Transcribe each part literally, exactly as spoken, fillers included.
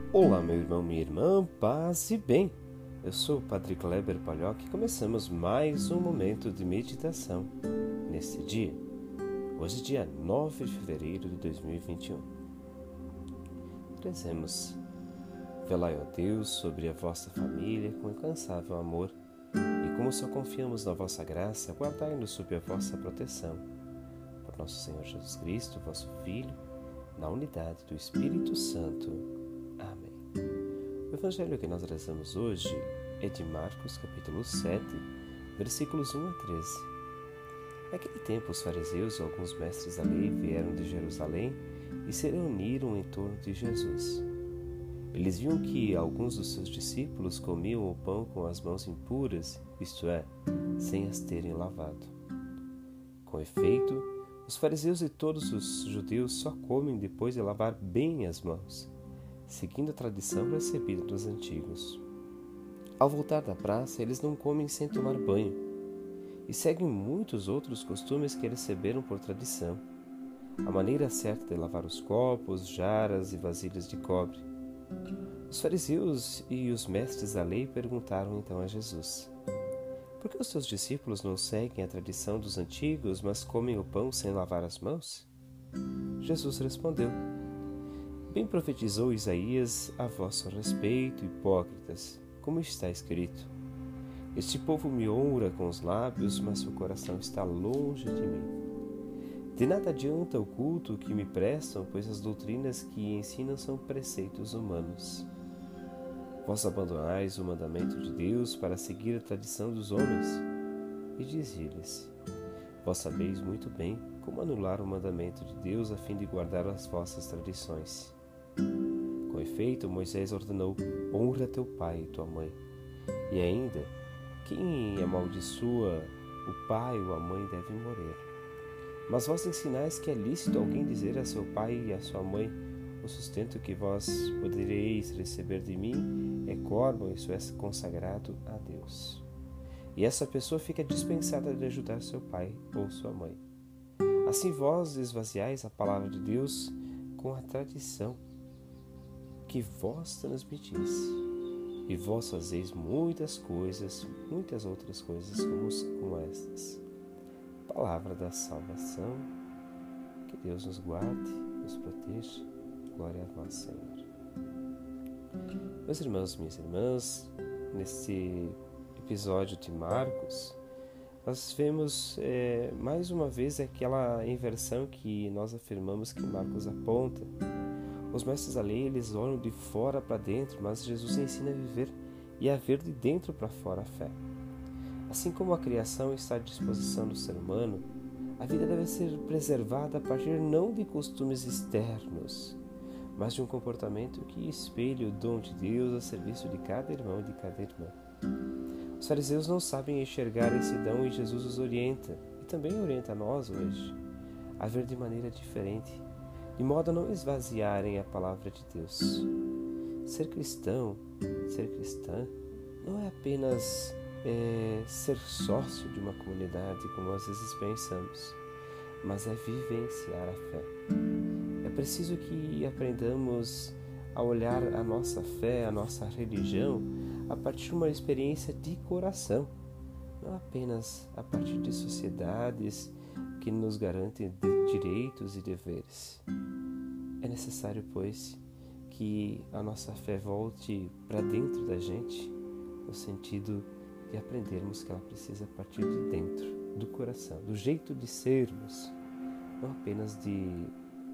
Olá, meu irmão, minha irmã, paz e bem. Eu sou o Padre Kleber Palhoque e começamos mais um momento de meditação neste dia. Hoje, dia nove de fevereiro de dois mil e vinte e um. Rezemos. Velai, ó Deus, sobre a vossa família com incansável amor, e como só confiamos na vossa graça, guardai-nos sob a vossa proteção. Por nosso Senhor Jesus Cristo, vosso Filho, na unidade do Espírito Santo. Amém. O evangelho que nós rezamos hoje é de Marcos, capítulo sete, versículos um a treze. Naquele tempo, os fariseus e alguns mestres da lei vieram de Jerusalém e se reuniram em torno de Jesus. Eles viam que alguns dos seus discípulos comiam o pão com as mãos impuras, isto é, sem as terem lavado. Com efeito, os fariseus e todos os judeus só comem depois de lavar bem as mãos, seguindo a tradição recebida dos antigos. Ao voltar da praça, eles não comem sem tomar banho, e seguem muitos outros costumes que receberam por tradição. A maneira certa de lavar os copos, jarras e vasilhas de cobre. Os fariseus e os mestres da lei perguntaram então a Jesus: por que os seus discípulos não seguem a tradição dos antigos, mas comem o pão sem lavar as mãos? Jesus respondeu: bem profetizou Isaías a vosso respeito, hipócritas, como está escrito: este povo me honra com os lábios, mas seu coração está longe de mim. De nada adianta o culto que me prestam, pois as doutrinas que ensinam são preceitos humanos. Vós abandonais o mandamento de Deus para seguir a tradição dos homens. E diz-lhes: vós sabeis muito bem como anular o mandamento de Deus a fim de guardar as vossas tradições. Com efeito, Moisés ordenou: honra teu pai e tua mãe. E ainda, quem amaldiçoa o pai ou a mãe deve morrer. Mas vós ensinais que é lícito alguém dizer a seu pai e a sua mãe: o sustento que vós podereis receber de mim é corvo, isso é consagrado a Deus. E essa pessoa fica dispensada de ajudar seu pai ou sua mãe. Assim vós esvaziais a palavra de Deus com a tradição que vós transmitis. E vós fazeis muitas coisas, muitas outras coisas como, como estas. Palavra da salvação. Que Deus nos guarde, nos proteja. Glória a vós, Senhor. Meus irmãos, minhas irmãs, nesse episódio de Marcos, nós vemos é, mais uma vez aquela inversão que nós afirmamos que Marcos aponta. Os mestres da lei, eles olham de fora para dentro, mas Jesus ensina a viver e a ver de dentro para fora a fé. Assim como a criação está à disposição do ser humano, a vida deve ser preservada a partir não de costumes externos, mas de um comportamento que espelhe o dom de Deus a serviço de cada irmão e de cada irmã. Os fariseus não sabem enxergar esse dom e Jesus os orienta, e também orienta a nós hoje, a ver de maneira diferente, de modo a não esvaziarem a palavra de Deus. Ser cristão, ser cristã, não é apenas é, ser sócio de uma comunidade, como às vezes pensamos, mas é vivenciar a fé. É preciso que aprendamos a olhar a nossa fé, a nossa religião, a partir de uma experiência de coração, não apenas a partir de sociedades que nos garantem direitos e deveres. É necessário, pois, que a nossa fé volte para dentro da gente, no sentido de aprendermos que ela precisa partir de dentro, do coração, do jeito de sermos, não apenas de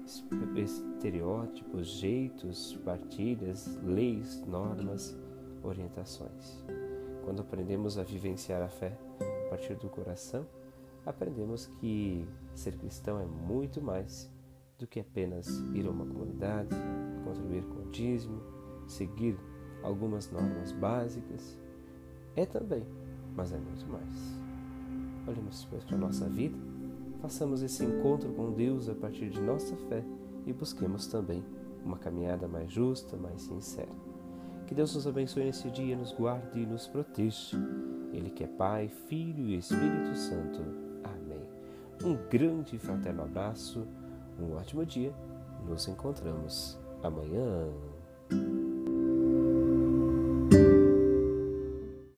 estereótipos, jeitos, partilhas, leis, normas, orientações. Quando aprendemos a vivenciar a fé a partir do coração, aprendemos que ser cristão é muito mais do que apenas ir a uma comunidade, contribuir com o dízimo, seguir algumas normas básicas. É também, mas é muito mais. Olhemos depois para a nossa vida, façamos esse encontro com Deus a partir de nossa fé e busquemos também uma caminhada mais justa, mais sincera. Que Deus nos abençoe nesse dia, nos guarde e nos proteja. Ele que é Pai, Filho e Espírito Santo. Amém. Um grande e fraterno abraço, um ótimo dia. Nos encontramos amanhã.